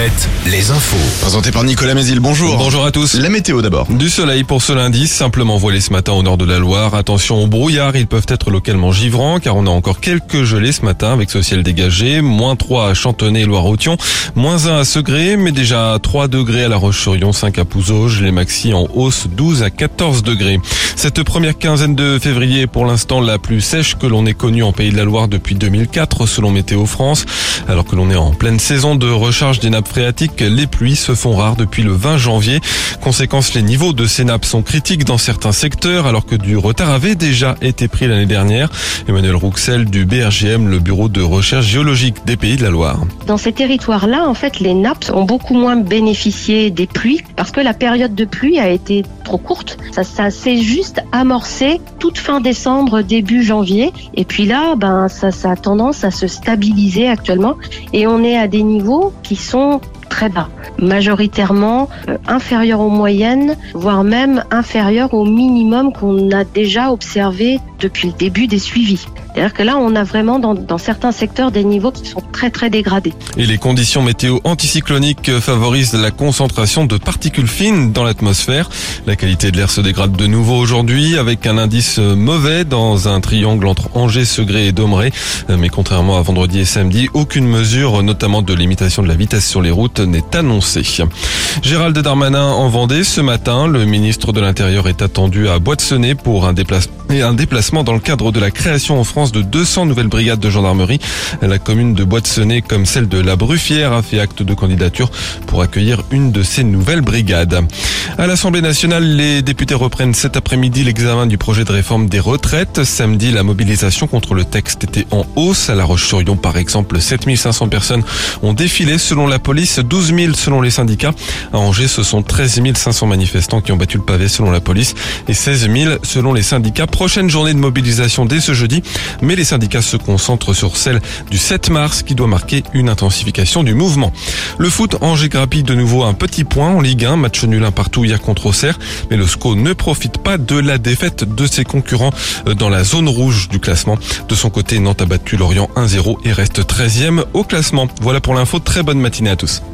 Alouette, les infos. Présenté par Nicolas Mézil, bonjour. Bonjour à tous. La météo d'abord. Du soleil pour ce lundi, simplement voilé ce matin au nord de la Loire. Attention aux brouillards, ils peuvent être localement givrants car on a encore quelques gelées ce matin avec ce ciel dégagé. -3 à Chantonnay, Loire-Othion, -1 à Segré, mais déjà 3 degrés à La Roche-sur-Yon, 5 à Pouzauges, les maxi en hausse 12 à 14 degrés. Cette première quinzaine de février est pour l'instant la plus sèche que l'on ait connue en Pays de la Loire depuis 2004 selon Météo France. Alors que l'on est en pleine saison de recharge des nappes phréatiques, les pluies se font rares depuis le 20 janvier. Conséquence, les niveaux de ces nappes sont critiques dans certains secteurs alors que du retard avait déjà été pris l'année dernière. Emmanuel Rouxel du BRGM, le bureau de recherche géologique des Pays de la Loire. Dans ces territoires-là, en fait, les nappes ont beaucoup moins bénéficié des pluies parce que la période de pluie a été trop courte. Ça s'est juste amorcé toute fin décembre, début janvier. Et puis là, ça a tendance à se stabiliser actuellement. Et on est à des niveaux qui sont très bas, majoritairement inférieurs aux moyennes, voire même inférieurs au minimum qu'on a déjà observé depuis le début des suivis. C'est-à-dire que là, on a vraiment dans certains secteurs des niveaux qui sont très très dégradés. Et les conditions météo anticycloniques favorisent la concentration de particules fines dans l'atmosphère. La qualité de l'air se dégrade de nouveau aujourd'hui avec un indice mauvais dans un triangle entre Angers, Segré et Domeray. Mais contrairement à vendredi et samedi, aucune mesure, notamment de limitation de la vitesse sur les routes, n'est annoncée. Gérald Darmanin en Vendée ce matin. Le ministre de l'Intérieur est attendu à Boîte-Senez pour un déplacement dans le cadre de la création en France de 200 nouvelles brigades de gendarmerie. La commune de Boîte-Senez, comme celle de la Bruffière, a fait acte de candidature pour accueillir une de ces nouvelles brigades. À l'Assemblée nationale, les députés reprennent cet après-midi l'examen du projet de réforme des retraites. Samedi, la mobilisation contre le texte était en hausse. À La Roche-sur-Yon, par exemple, 7500 personnes ont défilé selon la police, 12 000 selon les syndicats. À Angers, ce sont 13 500 manifestants qui ont battu le pavé selon la police et 16 000 selon les syndicats. Prochaine journée de mobilisation dès ce jeudi, mais les syndicats se concentrent sur celle du 7 mars qui doit marquer une intensification du mouvement. Le foot, Angers grappille de nouveau un petit point en Ligue 1, match nul 1 partout hier contre Auxerre, mais le SCO ne profite pas de la défaite de ses concurrents dans la zone rouge du classement. De son côté, Nantes a battu Lorient 1-0 et reste 13e au classement. Voilà pour l'info, très bonne matinée à tous.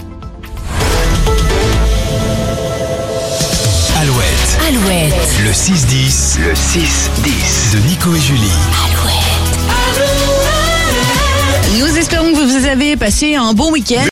Alouette. Le 6-10. Le 6-10. De Nico et Julie. Nous espérons que vous avez passé un bon week-end.